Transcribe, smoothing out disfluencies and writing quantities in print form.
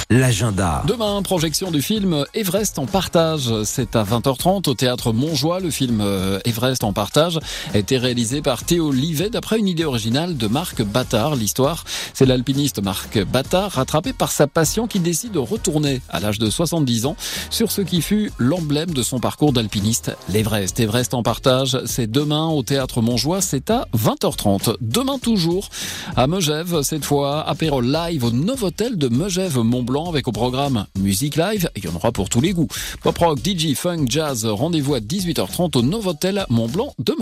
l'agenda. Demain, projection du film Everest en partage. C'est à 20h30 au théâtre Montjoie. Le film Everest en partage a été réalisé par Théo Livet d'après une idée originale de Marc Battard. L'histoire, c'est l'alpiniste Marc Battard, rattrapé par sa passion, qui décide de retourner à l'âge de 70 ans sur ce qui fut l'emblème de son parcours d'alpiniste, l'Everest. Everest en partage, c'est demain au théâtre Montjoie, c'est à 20h30. Demain toujours, à Megève, cette fois, apéro live au Novotel de Megève-Mont-Blanc avec au programme musique live, il y en aura pour tous les goûts. Pop rock, DJ, funk, jazz, rendez-vous à 18h30 au Novotel Mont-Blanc demain.